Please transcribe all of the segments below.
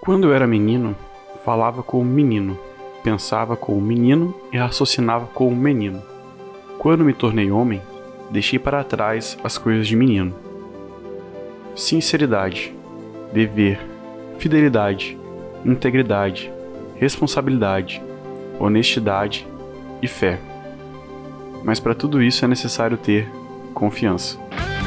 Quando eu era menino, falava como menino, pensava como menino e raciocinava como menino. Quando me tornei homem, deixei para trás as coisas de menino. Sinceridade, dever, fidelidade, integridade, responsabilidade, honestidade e fé. Mas para tudo isso é necessário ter confiança.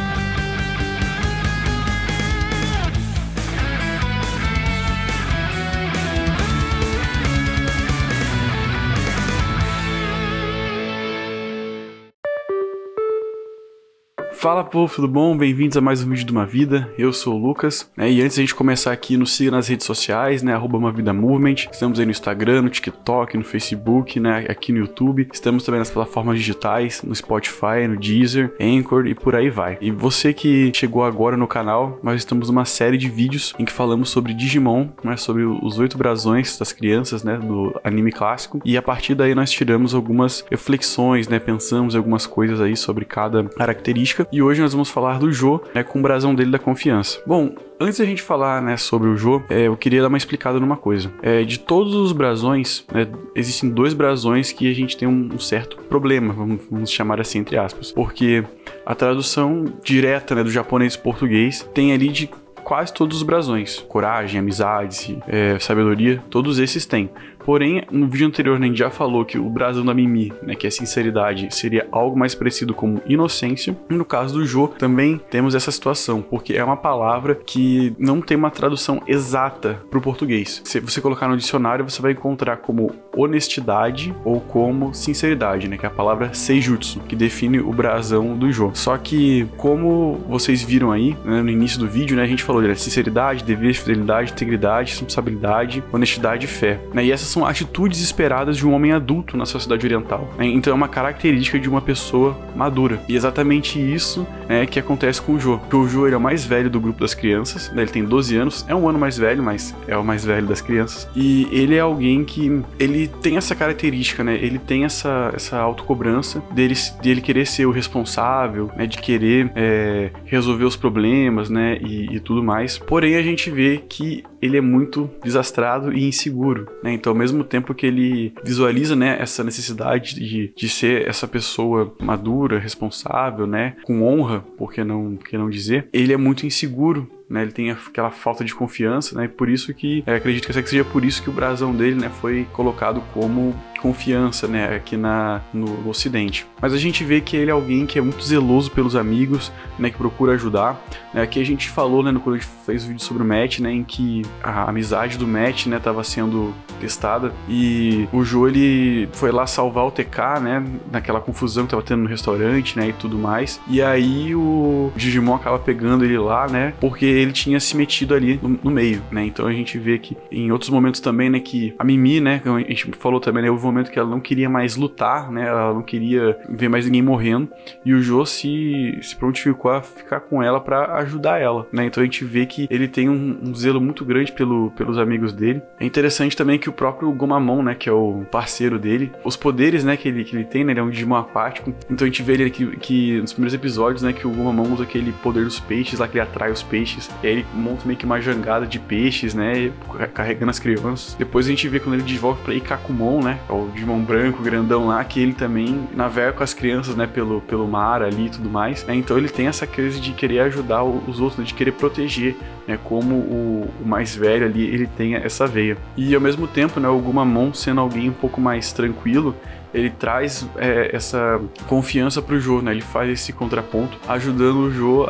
Fala povo, tudo bom? Bem-vindos a mais um vídeo de Uma Vida, eu sou o Lucas, e antes de a gente começar aqui, nos siga nas redes sociais, @UmaVidaMovement, estamos aí no Instagram, no TikTok, no Facebook, aqui no YouTube, estamos também nas plataformas digitais, no Spotify, no Deezer, Anchor e por aí vai. E você que chegou agora no canal, nós estamos numa série de vídeos em que falamos sobre Digimon, sobre os 8 brasões das crianças, do anime clássico, e a partir daí nós tiramos algumas reflexões, pensamos em algumas coisas aí sobre cada característica. E hoje nós vamos falar do Jô, com o brasão dele da confiança. Bom, antes da gente falar sobre o Jô, eu queria dar uma explicada numa coisa. De todos os brasões, existem 2 brasões que a gente tem um certo problema, vamos chamar assim, entre aspas. Porque a tradução direta do japonês para português tem ali de quase todos os brasões. Coragem, amizade, sabedoria, todos esses têm. Porém, no vídeo anterior a gente já falou que o brasão da Mimi, que é sinceridade, seria algo mais parecido como inocência. E no caso do Jô, também temos essa situação, porque é uma palavra que não tem uma tradução exata para o português. Se você colocar no dicionário, você vai encontrar como honestidade ou como sinceridade, que é a palavra seijutsu, que define o brasão do Jô. Só que, como vocês viram aí, no início do vídeo, a gente falou de sinceridade, dever, fidelidade, integridade, responsabilidade, honestidade e fé. E essas são atitudes esperadas de um homem adulto na sociedade oriental. Então é uma característica de uma pessoa madura. E exatamente isso que acontece com o Jô. O Jô ele é o mais velho do grupo das crianças, ele tem 12 anos, é um ano mais velho, mas é o mais velho das crianças. E ele é alguém que ele tem essa característica, ele tem essa autocobrança dele querer ser o responsável, de querer resolver os problemas, e tudo mais. Porém, a gente vê que ele é muito desastrado e inseguro, Então, ao mesmo tempo que ele visualiza, essa necessidade de ser essa pessoa madura, responsável, com honra, por que não dizer, ele é muito inseguro. Ele tem aquela falta de confiança, e por isso que, acredito que seja por isso que o brasão dele, foi colocado como confiança, aqui no Ocidente. Mas a gente vê que ele é alguém que é muito zeloso pelos amigos, que procura ajudar. Aqui a gente falou, quando a gente fez o vídeo sobre o Matt, em que a amizade do Matt, estava sendo testada, e o Jô, ele foi lá salvar o TK, naquela confusão que estava tendo no restaurante, e tudo mais. E aí o Digimon acaba pegando ele lá, porque ele tinha se metido ali no meio, Então a gente vê que em outros momentos também, que a Mimi, como a gente falou também, houve um momento que ela não queria mais lutar, ela não queria ver mais ninguém morrendo, e o Jô se prontificou a ficar com ela pra ajudar ela, Então a gente vê que ele tem um zelo muito grande pelos amigos dele. É interessante também que o próprio Gomamon, que é o parceiro dele, os poderes, que ele tem, ele é um Digimon aquático, então a gente vê ele que nos primeiros episódios, que o Gomamon usa aquele poder dos peixes lá, que ele atrai os peixes, e aí ele monta meio que uma jangada de peixes, carregando as crianças. Depois a gente vê quando ele desenvolve pra Ikakumon, é o Digimon branco, grandão lá, que ele também navega com as crianças, pelo mar ali e tudo mais, Então ele tem essa crise de querer ajudar os outros, de querer proteger, como o mais velho ali, ele tem essa veia. E ao mesmo tempo, o Gomamon sendo alguém um pouco mais tranquilo, ele traz essa confiança pro Jô, ele faz esse contraponto, ajudando o Jô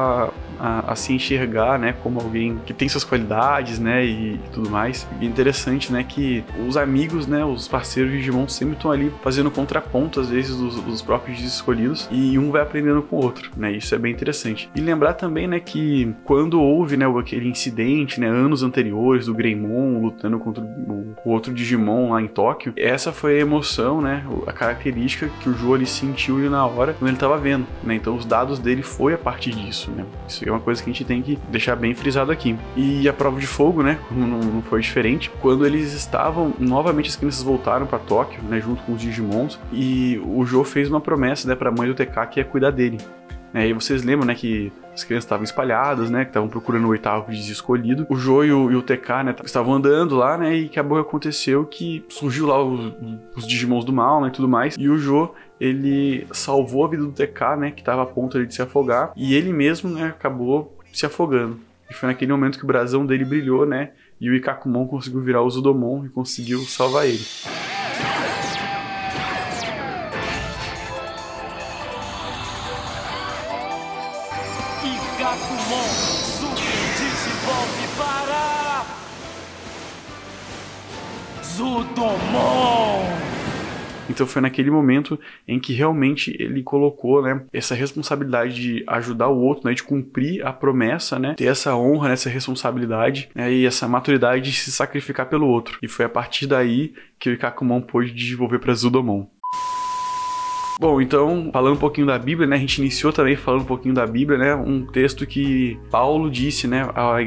a se enxergar, como alguém que tem suas qualidades, e tudo mais. E é interessante, que os amigos, os parceiros de Digimon sempre estão ali fazendo contraponto, às vezes, dos próprios escolhidos, e um vai aprendendo com o outro, Isso é bem interessante. E lembrar também, que quando houve, aquele incidente, anos anteriores, do Greymon lutando contra o outro Digimon lá em Tóquio, essa foi a emoção, a característica que o Jô ali sentiu ali na hora quando ele estava vendo, Então os dados dele foi a partir disso, Isso é uma coisa que a gente tem que deixar bem frisado aqui. E a prova de fogo, não foi diferente. Quando eles estavam, novamente as crianças voltaram para Tóquio, junto com os Digimons, e o Jô fez uma promessa, pra mãe do TK, que ia cuidar dele. E vocês lembram, né, que as crianças estavam espalhadas, né, que estavam procurando o oitavo dízimo escolhido. O Jô e o TK, né, estavam andando lá, né, e acabou que aconteceu que surgiu lá os Digimons do mal, né, e tudo mais. E o Jô, ele salvou a vida do TK, né, que estava a ponto de se afogar, e ele mesmo, né, acabou se afogando. E foi naquele momento que o brasão dele brilhou, né, e o Ikakumon conseguiu virar o Zudomon e conseguiu salvar ele. Ikakumon, Super Digivolve para Zudomon! Então foi naquele momento em que realmente ele colocou, né, essa responsabilidade de ajudar o outro, né, de cumprir a promessa, né, ter essa honra, né, essa responsabilidade, né, e essa maturidade de se sacrificar pelo outro. E foi a partir daí que o Ikakumon pôde desenvolver para Zudomon. Bom, então, falando um pouquinho da Bíblia, né, a gente iniciou também falando um pouquinho da Bíblia, né, um texto que Paulo disse, né,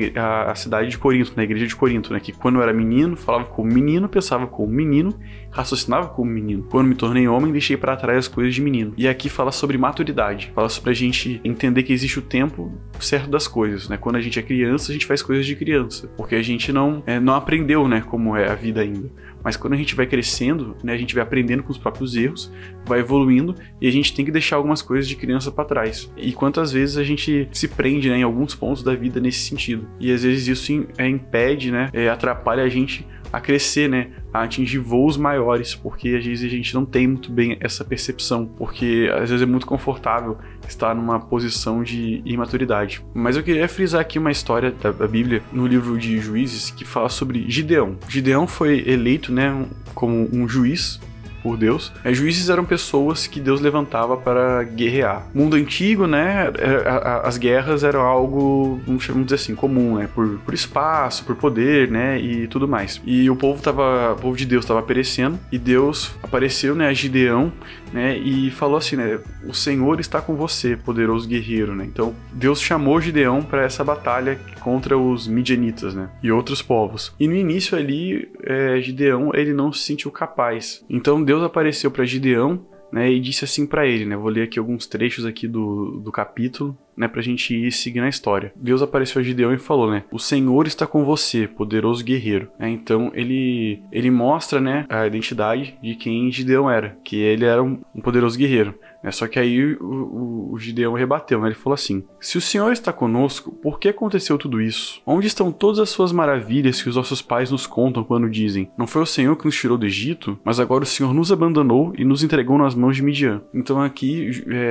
à cidade de Corinto, na igreja de Corinto, né, que quando eu era menino, falava como menino, pensava como menino, raciocinava como menino. Quando me tornei homem, deixei para trás as coisas de menino. E aqui fala sobre maturidade, fala sobre a gente entender que existe o tempo certo das coisas, né, quando a gente é criança, a gente faz coisas de criança, porque a gente não aprendeu, né, como é a vida ainda. Mas quando a gente vai crescendo, né, a gente vai aprendendo com os próprios erros, vai evoluindo e a gente tem que deixar algumas coisas de criança para trás. E quantas vezes a gente se prende, né, em alguns pontos da vida nesse sentido. E às vezes isso impede, né, atrapalha a gente a crescer, né, a atingir voos maiores, porque às vezes a gente não tem muito bem essa percepção, porque às vezes é muito confortável estar numa posição de imaturidade. Mas eu queria frisar aqui uma história da Bíblia, no livro de Juízes, que fala sobre Gideão. Gideão foi eleito, né, como um juiz por Deus. Juízes eram pessoas que Deus levantava para guerrear. Mundo antigo, né, as guerras eram algo, vamos dizer assim, comum, né, por espaço, por poder, né, e tudo mais. E o povo de Deus estava perecendo, e Deus apareceu, né, a Gideão, né, e falou assim, né, o Senhor está com você, poderoso guerreiro, né. Então, Deus chamou Gideão para essa batalha contra os midianitas, né, e outros povos. E no início ali, Gideão, ele não se sentiu capaz. Então, Deus apareceu para Gideão, né, e disse assim para ele, né, vou ler aqui alguns trechos aqui do capítulo, né, pra gente ir seguindo a história. Deus apareceu a Gideão e falou, né, o Senhor está com você, poderoso guerreiro. Então ele mostra, né, a identidade de quem Gideão era, que ele era um poderoso guerreiro. Só que aí o Gideão rebateu, né? Ele falou assim, se o Senhor está conosco, por que aconteceu tudo isso? Onde estão todas as suas maravilhas que os nossos pais nos contam quando dizem, não foi o Senhor que nos tirou do Egito, mas agora o Senhor nos abandonou e nos entregou nas mãos de Midian. Então aqui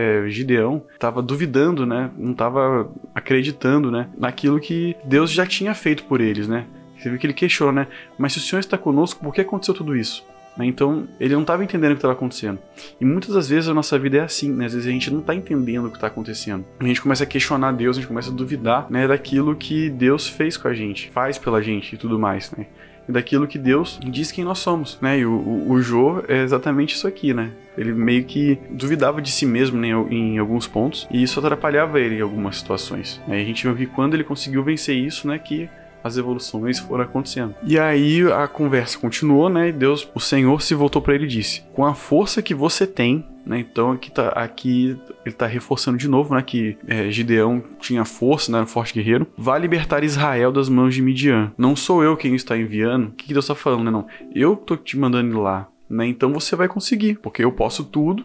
Gideão estava duvidando, né? Não estava acreditando, né, naquilo que Deus já tinha feito por eles, né? Você viu que ele questionou, né? Mas se o Senhor está conosco, por que aconteceu tudo isso? Então, ele não estava entendendo o que estava acontecendo. E muitas das vezes a nossa vida é assim, né? Às vezes a gente não está entendendo o que está acontecendo. A gente começa a questionar Deus, a gente começa a duvidar, né, daquilo que Deus fez com a gente, faz pela gente e tudo mais, né? E daquilo que Deus diz quem nós somos, né? E o Jô é exatamente isso aqui, né? Ele meio que duvidava de si mesmo, né, em alguns pontos, e isso atrapalhava ele em algumas situações. E a gente viu que quando ele conseguiu vencer isso, né, que as evoluções foram acontecendo. E aí a conversa continuou, né? E Deus, o Senhor, se voltou para ele e disse: com a força que você tem, né? Então aqui ele tá reforçando de novo, né? Que Gideão tinha força, né? Um forte guerreiro. Vá libertar Israel das mãos de Midian. Não sou eu quem está enviando. O que Deus está falando, né? Não, eu tô te mandando ir lá. Né? Então você vai conseguir, porque eu posso tudo.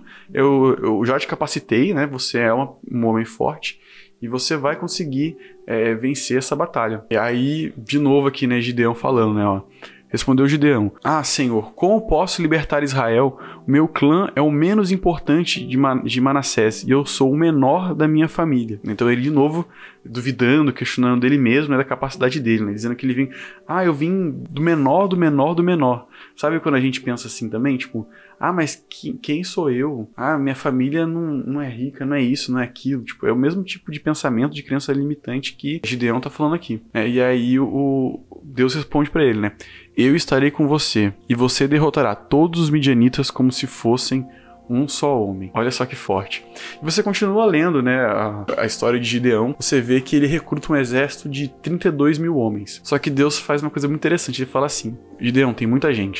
Eu já te capacitei, né? Você é um homem forte. E você vai conseguir vencer essa batalha. E aí, de novo aqui, né, Gideão falando, né, ó. Respondeu Gideão: ah, Senhor, como posso libertar Israel? O meu clã é o menos importante de Manassés e eu sou o menor da minha família. Então ele de novo duvidando, questionando dele mesmo, né, da capacidade dele, né, dizendo que ele vem, eu vim do menor, do menor, do menor. Sabe quando a gente pensa assim também? Tipo, mas quem sou eu? Minha família não é rica, não é isso, não é aquilo. Tipo, é o mesmo tipo de pensamento de criança limitante que Gideão tá falando aqui. E aí o Deus responde pra ele, né? Eu estarei com você, e você derrotará todos os midianitas como se fossem um só homem. Olha só que forte. E você continua lendo, né, a história de Gideão, você vê que ele recruta um exército de 32 mil homens. Só que Deus faz uma coisa muito interessante, ele fala assim: Gideão, tem muita gente.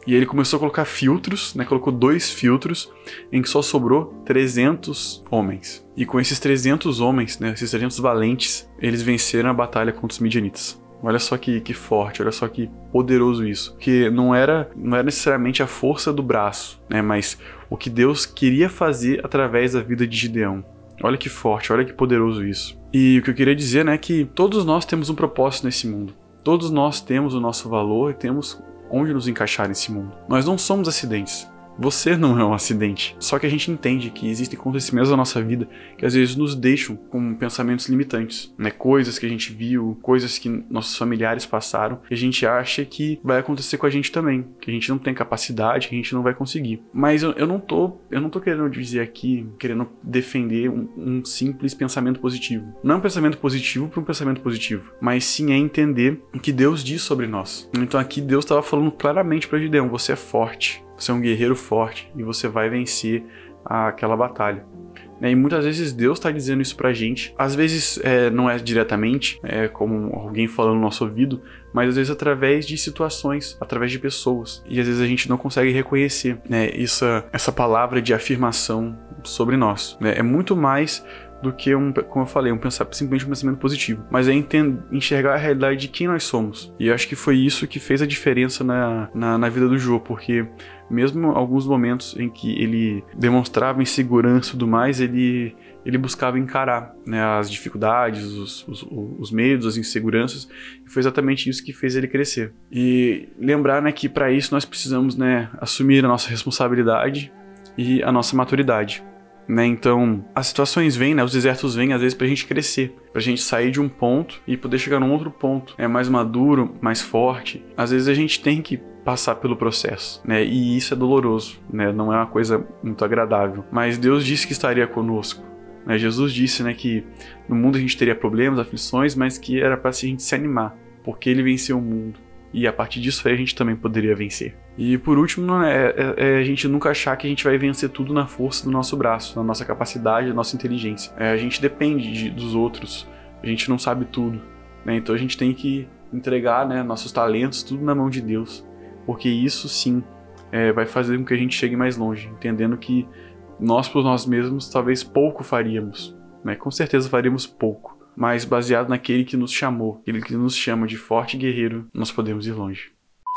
E ele começou a colocar filtros, né? Colocou 2 filtros em que só sobrou 300 homens. E com esses 300 homens, né? Esses 300 valentes, eles venceram a batalha contra os midianitas. Olha só que forte, olha só que poderoso isso. Porque não era necessariamente a força do braço, né? Mas o que Deus queria fazer através da vida de Gideão. Olha que forte, olha que poderoso isso. E o que eu queria dizer, né, é que todos nós temos um propósito nesse mundo. Todos nós temos o nosso valor e temos onde nos encaixar nesse mundo. Nós não somos acidentes. Você não é um acidente. Só que a gente entende que existem acontecimentos na nossa vida que às vezes nos deixam com pensamentos limitantes, né? Coisas que a gente viu, coisas que nossos familiares passaram, e a gente acha que vai acontecer com a gente também, que a gente não tem capacidade, que a gente não vai conseguir. Mas eu não tô querendo dizer aqui, querendo defender um simples pensamento positivo. Não é um pensamento positivo para um pensamento positivo, mas sim é entender o que Deus diz sobre nós. Então aqui Deus estava falando claramente para Gideão: você é forte. Você é um guerreiro forte e você vai vencer aquela batalha. E muitas vezes Deus está dizendo isso pra gente. Às vezes não é diretamente, como alguém falando no nosso ouvido, mas às vezes através de situações, através de pessoas. E às vezes a gente não consegue reconhecer, né, essa palavra de afirmação sobre nós. Né? É muito mais do que como eu falei, simplesmente um pensamento positivo. Mas é enxergar a realidade de quem nós somos. E eu acho que foi isso que fez a diferença na vida do Jô, porque mesmo alguns momentos em que ele demonstrava insegurança e tudo mais, ele buscava encarar, né, as dificuldades, os medos, as inseguranças, e foi exatamente isso que fez ele crescer. E lembrar, né, que para isso nós precisamos, né, assumir a nossa responsabilidade e a nossa maturidade. Né? Então, as situações vêm, né? Os desertos vêm às vezes pra gente crescer, pra gente sair de um ponto e poder chegar num outro ponto, mais maduro, mais forte. Às vezes a gente tem que passar pelo processo, né? E isso é doloroso, né? Não é uma coisa muito agradável. Mas Deus disse que estaria conosco, né? Jesus disse, né, que no mundo a gente teria problemas, aflições, mas que era pra a gente se animar, porque Ele venceu o mundo. E a partir disso aí a gente também poderia vencer. E por último, a gente nunca achar que a gente vai vencer tudo na força do nosso braço, na nossa capacidade, na nossa inteligência. A gente depende dos outros, a gente não sabe tudo, né? Então a gente tem que entregar, né, nossos talentos tudo na mão de Deus, porque isso sim vai fazer com que a gente chegue mais longe, entendendo que nós por nós mesmos talvez pouco faríamos, né? Com certeza faríamos pouco. Mas baseado naquele que nos chamou, aquele que nos chama de forte guerreiro, nós podemos ir longe.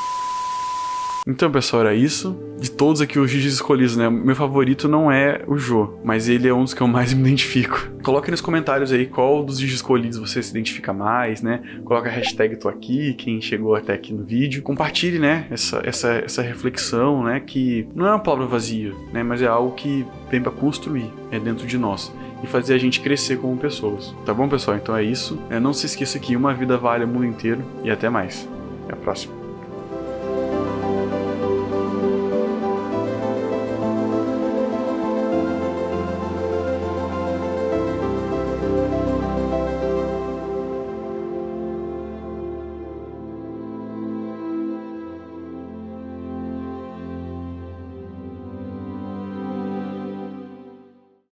Então, pessoal, era isso. De todos aqui os vídeos escolhidos, né? Meu favorito não é o Jô, mas ele é um dos que eu mais me identifico. Coloque nos comentários aí qual dos vídeos escolhidos você se identifica mais, né? Coloca a hashtag tô aqui, quem chegou até aqui no vídeo. Compartilhe, né? Essa reflexão, né? Que não é uma palavra vazia, né? Mas é algo que vem para construir dentro de nós e fazer a gente crescer como pessoas. Tá bom, pessoal? Então é isso. Não se esqueça que uma vida vale o mundo inteiro e até mais. Até a próxima.